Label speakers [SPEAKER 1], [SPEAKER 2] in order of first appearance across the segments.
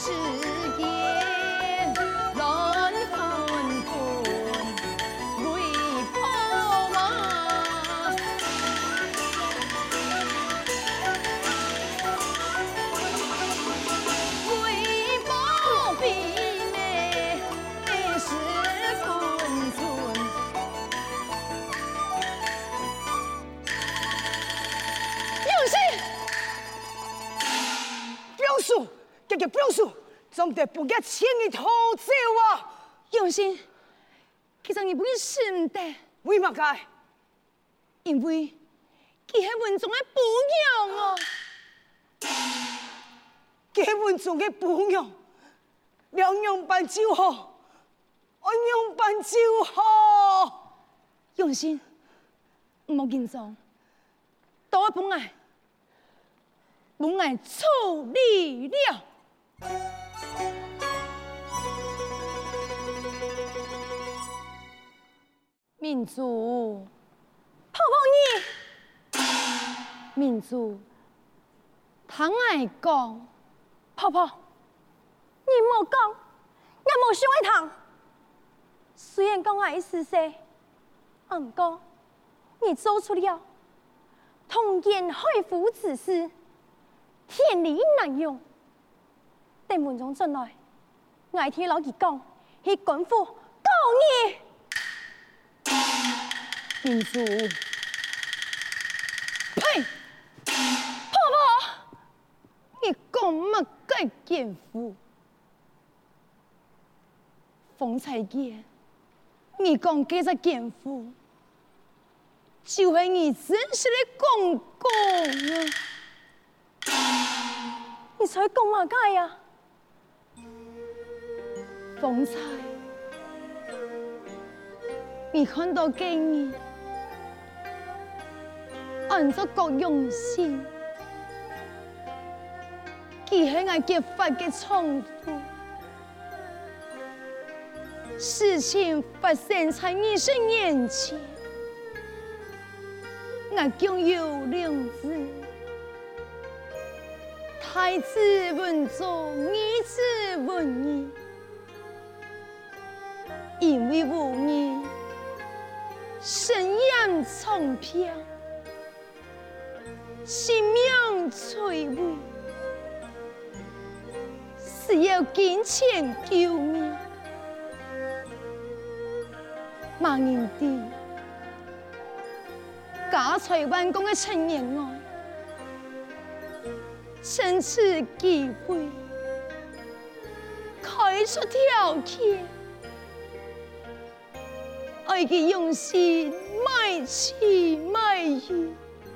[SPEAKER 1] 世间乱纷纷，为破嘛？为保避美，是分寸。有心。表叔，这个表叔，总得不给钱你偷走啊！
[SPEAKER 2] 永信，其实你不是死唔得，
[SPEAKER 1] 为嘛该？
[SPEAKER 2] 因为佢係文中嘅榜樣啊！
[SPEAKER 1] 给文中的榜样，两样办就好，我样办就好。
[SPEAKER 2] 永信，唔好緊張，到我本來處理了。民主，
[SPEAKER 3] 婆婆
[SPEAKER 2] 民主，聽我講，
[SPEAKER 3] 婆婆，你莫講，我冇想去談。雖然講我係事實，不過你做出了通奸害父之事，天理難容。等門中進來，我聽老兒講，去官府告你。
[SPEAKER 2] 民主，呸！
[SPEAKER 3] 婆婆，
[SPEAKER 2] 你講乜該奸夫？馮才健，你講幾隻奸夫，就係你真實的公公啊！
[SPEAKER 3] 你才講乜解呀？
[SPEAKER 2] 馮才，你看到嘅你，按照各用心，佢係我結發嘅倉庫。事情發生在20年前，我共有兩子，太子文忠，兒子文義。因為無義，身染重病，性命垂危，需要金錢救命。萬人地家財萬工的青年愛，趁此機會開出條件。愛嘅用心賣妻賣兒，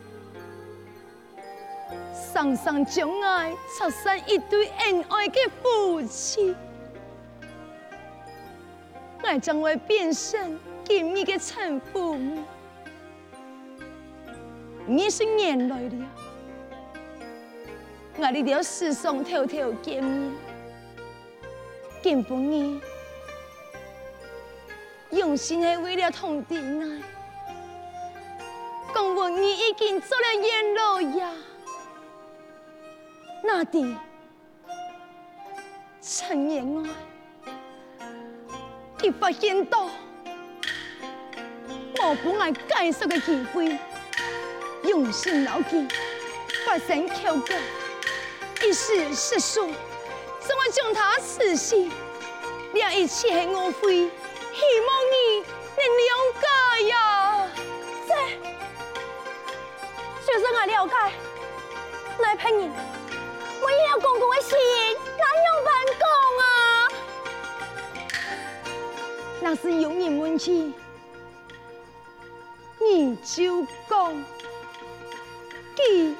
[SPEAKER 2] 常常將愛拆散一對恩愛嘅夫妻，我將會變成今日嘅陳父母。20年來了，我哋了時常偷偷見面，見不你。用心係為了同弟愛，講文義已經做了元老呀，那地陳言愛，佢發現到冇本來介紹嘅機會，用心老記發生口角，一時失說，怎麼將他死死，這一切係誤會。希望你能了解呀，
[SPEAKER 3] 就算我了解，那朋友，我也要公公的事，哪樣辦講啊？
[SPEAKER 2] 那是有人問題，你就講，佢。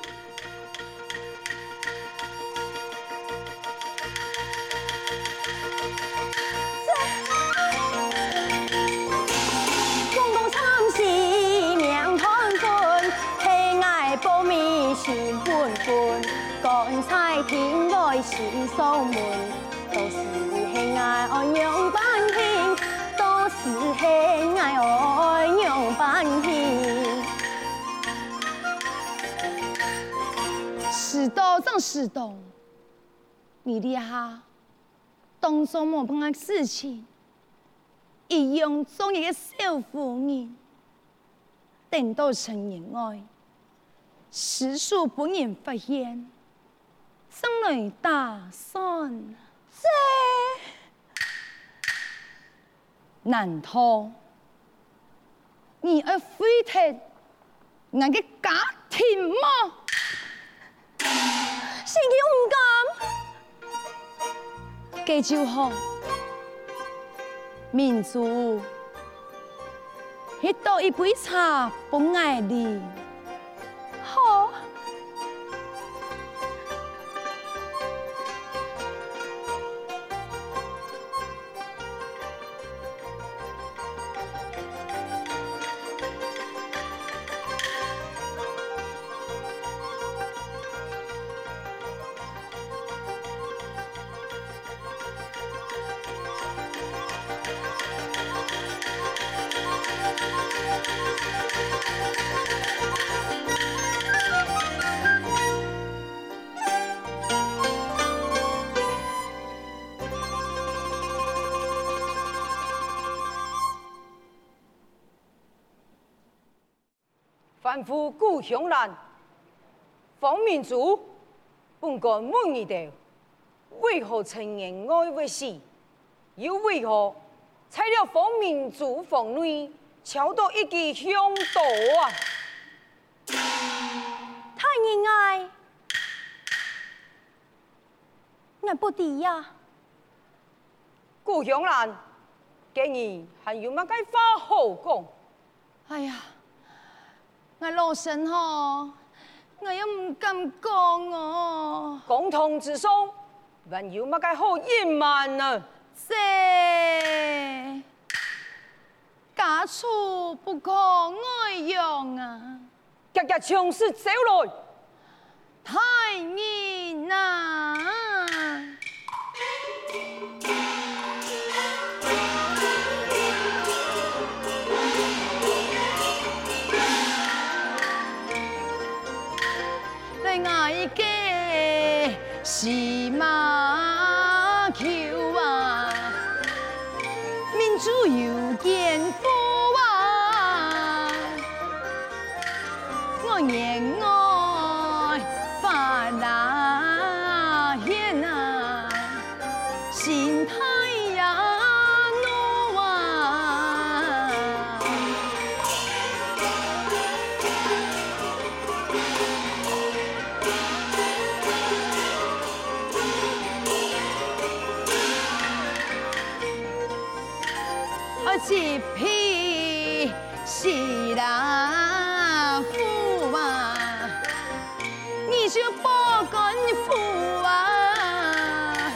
[SPEAKER 3] 心本本，剛才聽來心上門，都是兄愛愛樣般輕，都是兄愛愛樣般輕。
[SPEAKER 2] 是道正是道，你厲害， 当初无碰的事情，一样做一个小妇人，等到成年爱，实属本人发现，生来打算
[SPEAKER 3] 这
[SPEAKER 2] 难道你要毁掉我的家庭吗？
[SPEAKER 3] 是佢唔敢。
[SPEAKER 2] 这就好，民主，去倒一杯茶不爱你。
[SPEAKER 3] 好。
[SPEAKER 1] 凡夫故乡难，方明珠本该问一道，为何陈言爱为死？又为何拆了方明珠房内，敲到一记响刀啊？
[SPEAKER 3] 太恩爱，我不敌呀。
[SPEAKER 1] 故乡难，今日还有乜嘅话好讲？
[SPEAKER 2] 哎呀，我老身吼，我又唔敢讲哦。
[SPEAKER 1] 共同之上，还有乜嘅好隐瞒呢？
[SPEAKER 2] 这家畜不可外扬啊！
[SPEAKER 1] 日日强势走来，
[SPEAKER 2] 太人呐！你爱嘅是马球啊，民主有见夫啊，我言爱发那天啊，心态呀怒啊。一匹是老虎啊，你就不敢负啊！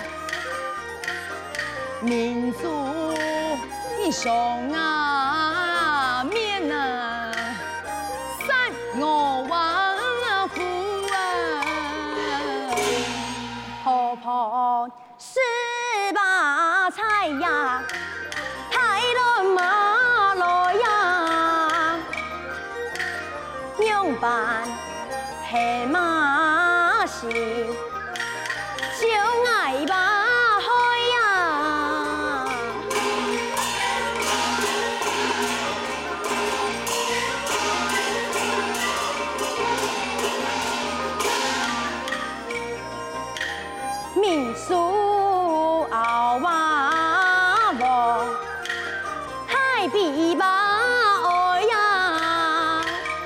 [SPEAKER 2] 民族你上啊面啊，三我王虎啊！
[SPEAKER 3] 婆婆十八菜呀。太了马来呀，娘扮黑马戏，就爱把开呀。民族傲啊我。比吧爱呀，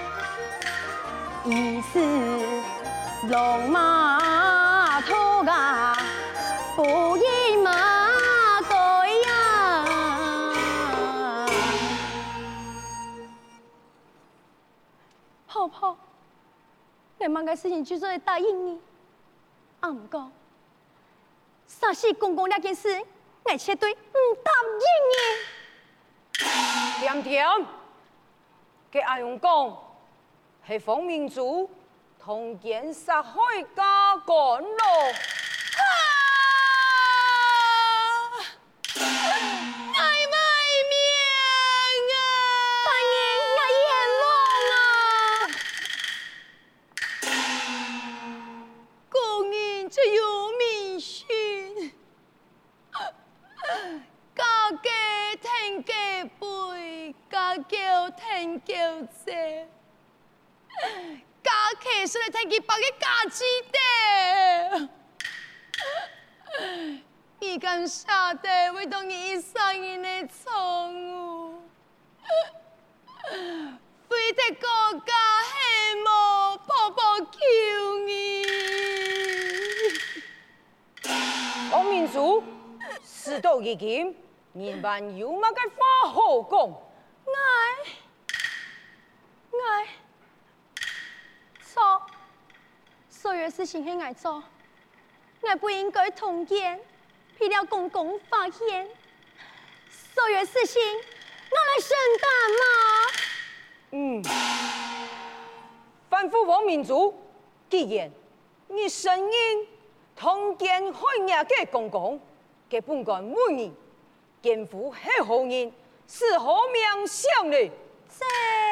[SPEAKER 3] 一是龙马头啊，不一马对呀。婆婆，你忙嘅事情就算答应你，啊唔过，三世公公那件事，我绝对唔答应你。
[SPEAKER 1] 甜甜，给阿勇讲，系方明珠同奸杀害家干咯。
[SPEAKER 2] 爱卖命啊！
[SPEAKER 3] 大人，我
[SPEAKER 2] 工人只有民心， 很叫这，家客是来睇佢白嘅价值的。伊敢下地为当伊生因的宠物，非得国家希望抱抱求你。
[SPEAKER 1] 王明珠，事到如今，人万有乜嘅话好讲？
[SPEAKER 3] 爱错，所有事情是爱做，爱不应该通奸，批了公公发现，所有事情我来承担嘛。
[SPEAKER 1] 反复王明珠，既然你承认通奸害人嘅公公，佢本该满意，奸夫系好人，是好命相呢？
[SPEAKER 3] 这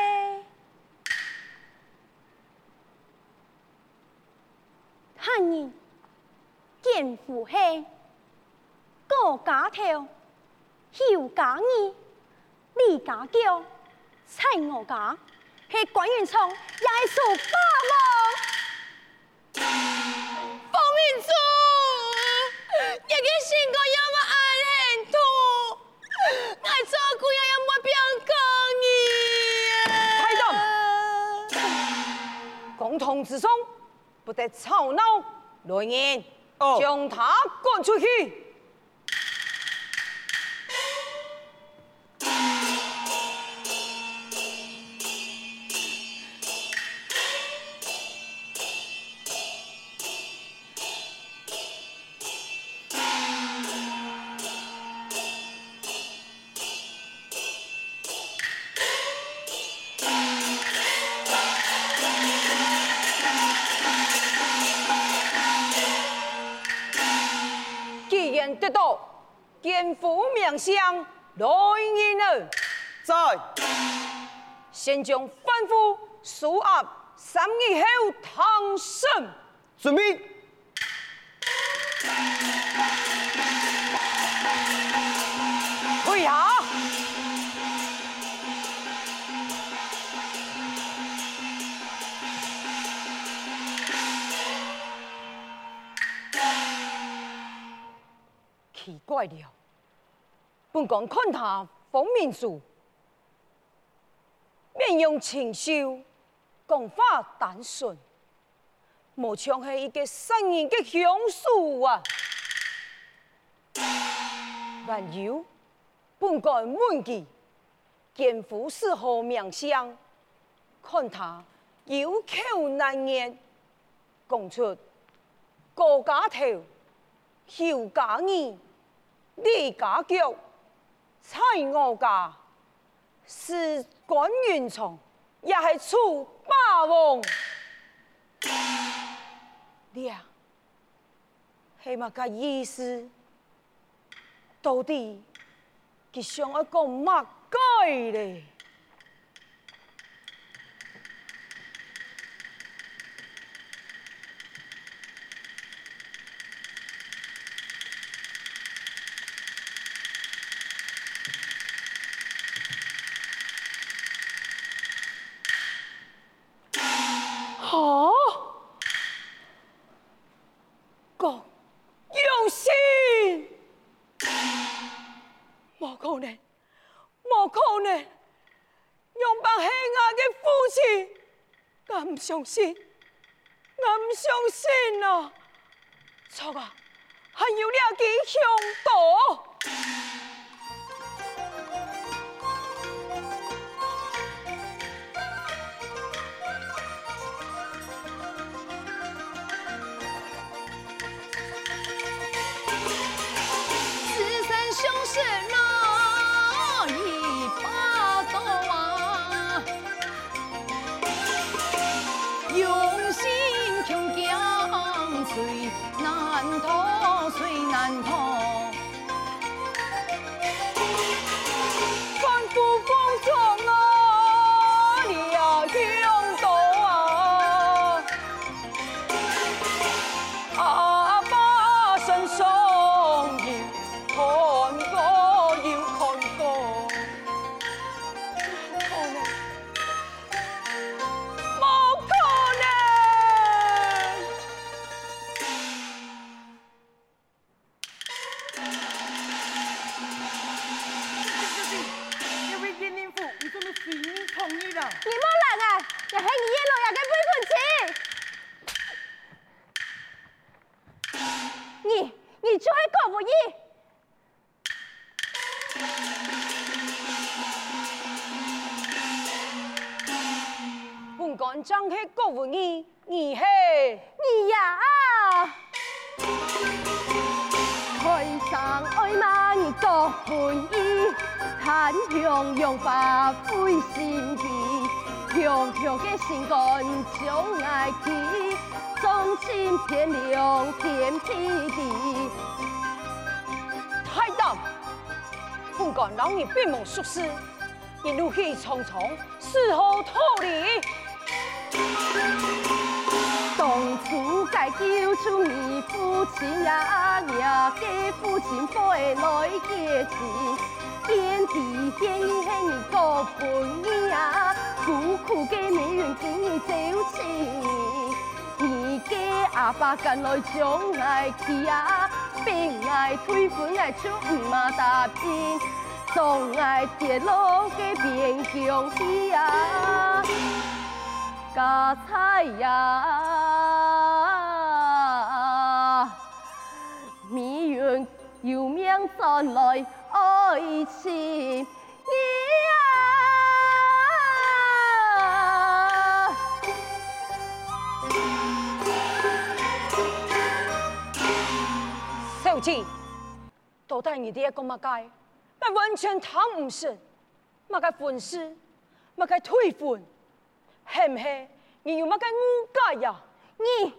[SPEAKER 3] 汉人奸夫系高家头，后家义，李家娇，蔡我家，系关元聪，也系属霸
[SPEAKER 2] 方明珠，一个性格要么爱很土，爱做姑娘要么变讲你。
[SPEAKER 1] 共同之中，不得吵闹乱言，将他赶出去。得到奸夫名相来人了，
[SPEAKER 4] 在
[SPEAKER 1] 先将反夫数押3日后堂审。
[SPEAKER 4] 准备。
[SPEAKER 1] 退下。奇怪了，本港看他方面书，面容清秀，讲话单纯，无像是一个圣人的相术啊！万有本该问记，奸夫是何名相？看他有口难言，讲出高家头、后家义。李家脚、蔡我家是关元聪，也是楚霸王。俩係乜嘅意思？到底佢想要講乜鬼咧？我唔相信，我唔相信啊！錯啊，還有兩件凶多。
[SPEAKER 2] 此生凶事哪一把刀啊？用心穷江水难逃，水难逃。
[SPEAKER 1] 反复风中啊，你呀凶多啊！阿爸身上要看過，要看過。
[SPEAKER 3] 就是郭文义。
[SPEAKER 1] 本官真是郭文义，你是
[SPEAKER 3] 你呀！台上爱骂你郭文义，谈向用发挥心机，飘飘的心肝将爱去，纵情天亮点屁地。
[SPEAKER 1] 太淡，本官让你闭门俗事，一路去匆匆，是何道理？
[SPEAKER 3] 当初该救出你父亲呀，也给父亲背来结情，天地天意是你郭文义呀，苦苦的命运给你走情，你给阿爸赶来将爱去呀，并爱推分爱出唔嘛答应，总爱跌落嘅边疆去呀。家财呀，命运由命转来爱情呀。
[SPEAKER 1] 小姐，到底你哋一个乜解？那完全谈唔成，乜嘅婚事，乜嘅退婚。是唔是？你有乜嘅误解呀？
[SPEAKER 3] 你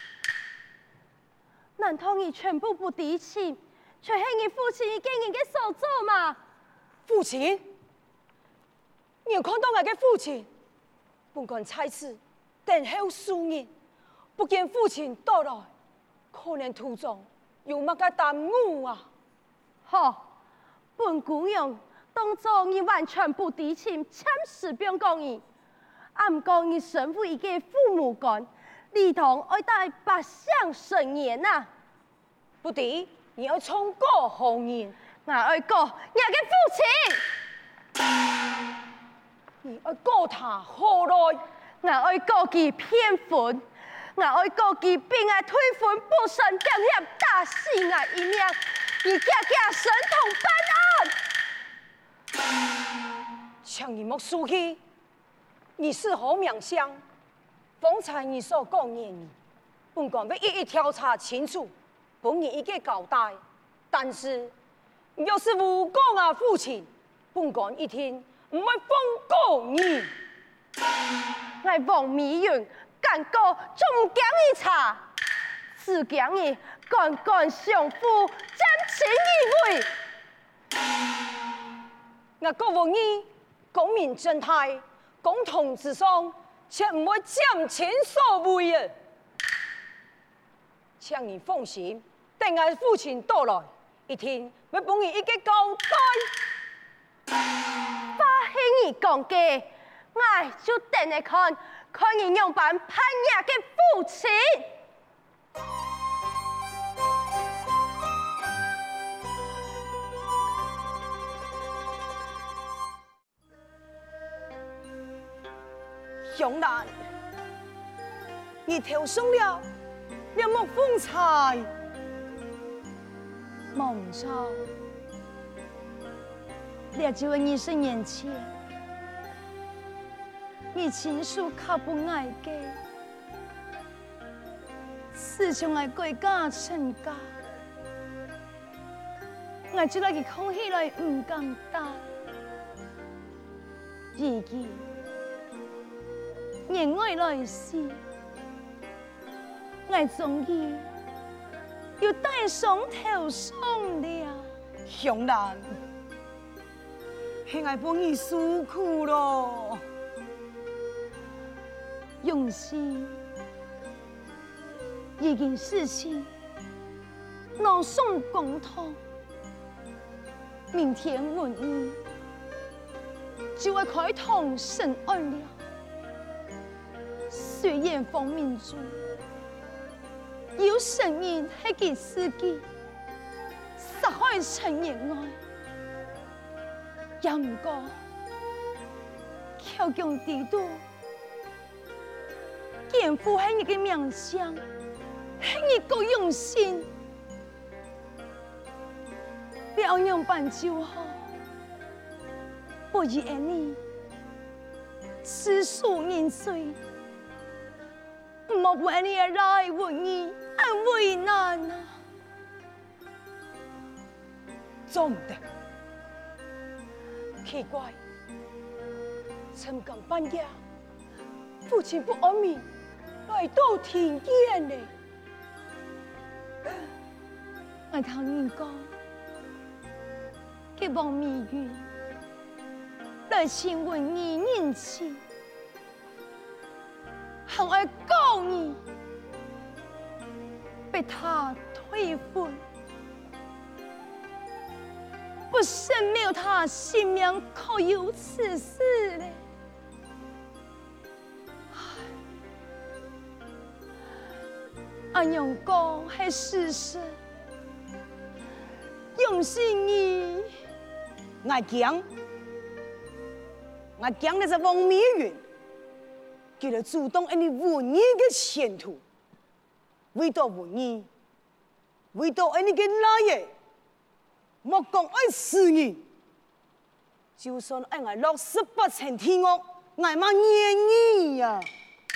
[SPEAKER 3] 难道你全部不知情，却是你父亲已经人嘅所做嘛？
[SPEAKER 1] 父亲，你有看到我嘅父亲？本官猜测，等候数年，不见父亲到来，可能途中有乜嘅耽误啊？
[SPEAKER 3] 好，本姑娘当作你完全不知情，暂时不用讲你。俺讲你身负一个父母官，理当爱戴百姓顺言呐。
[SPEAKER 1] 不对，你要从过后人，
[SPEAKER 3] 我爱过我嘅父亲，
[SPEAKER 1] 你要过他何来？
[SPEAKER 3] 我爱过佢骗婚，我爱过佢并爱退婚不成，并且打死我一命，而家家神同办案。
[SPEAKER 1] 请你莫输气。你是何名相？方才你所讲言，本官会一一调查清楚，帮你一个交代。但是你要是诬告我父亲，本官一听唔会放过你。
[SPEAKER 3] 我王美云干过仲讲一查，只讲你干干相夫，真情意味。
[SPEAKER 1] 我郭文义公民正态。共同之上，却唔会将前所为啊！请你放心，等我父亲到来，一定会帮你一个交代。
[SPEAKER 3] 发兴你讲嘅，我就等来看，看你样办叛逆嘅父亲。
[SPEAKER 1] 熊男，你头上了两抹风采，
[SPEAKER 2] 孟超，这就在你身眼前，你亲属可不爱给，自从我归家成家，我就来给空起来唔敢打，自己。人爱来时，我终于又戴上头上了。
[SPEAKER 1] 熊男，是我帮你诉苦咯。
[SPEAKER 2] 用心，一件事情，脑送公堂，明天文艺就要开堂审案了。虽然方明珠有声音系佢自己杀害陈延爱，也唔过巧强地度，肩负系你嘅名声，系你个用心， 了样办就好，不以你吃素认罪，莫为你来问你很为难啊！
[SPEAKER 1] 做唔得，奇怪，深更半夜，父亲不安眠，来到庭院呢。
[SPEAKER 2] 我听你讲，给王美云来询问你人情，还爱告你被他退婚，不慎没有他性命，可有此事呢？俺用讲系事实。用心你，
[SPEAKER 1] 我讲的是王美云，叫他主动你妇女的前途，为到妇女，为到你的老爷，莫讲爱死人，就算爱我落18层天獄，我嘛愿意呀。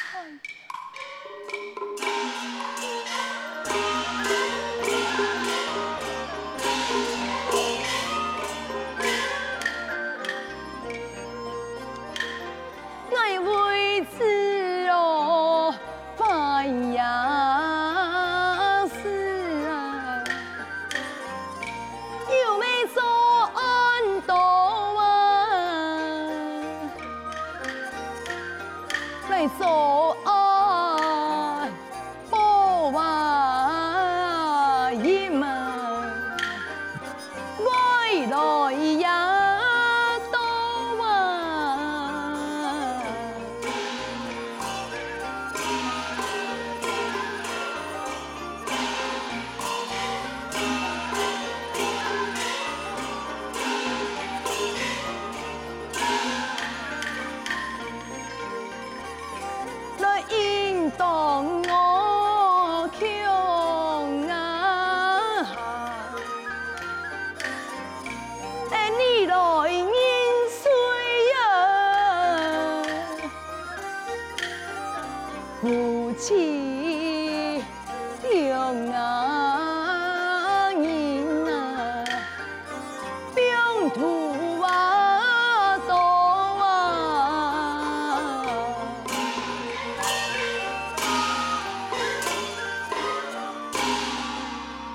[SPEAKER 2] 做爱不话一门，未来也多啊。来引导我向啊，哎，你来饮水呀，夫妻两啊人啊，并途啊多啊。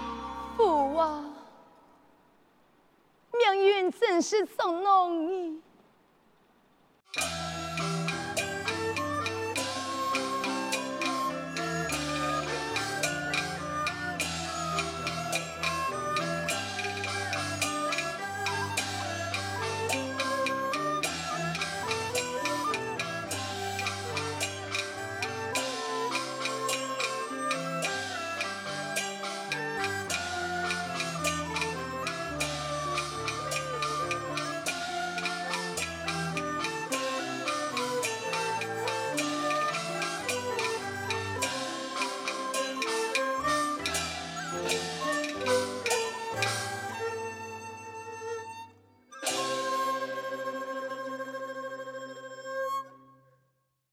[SPEAKER 2] 父啊，命运真是捉弄你。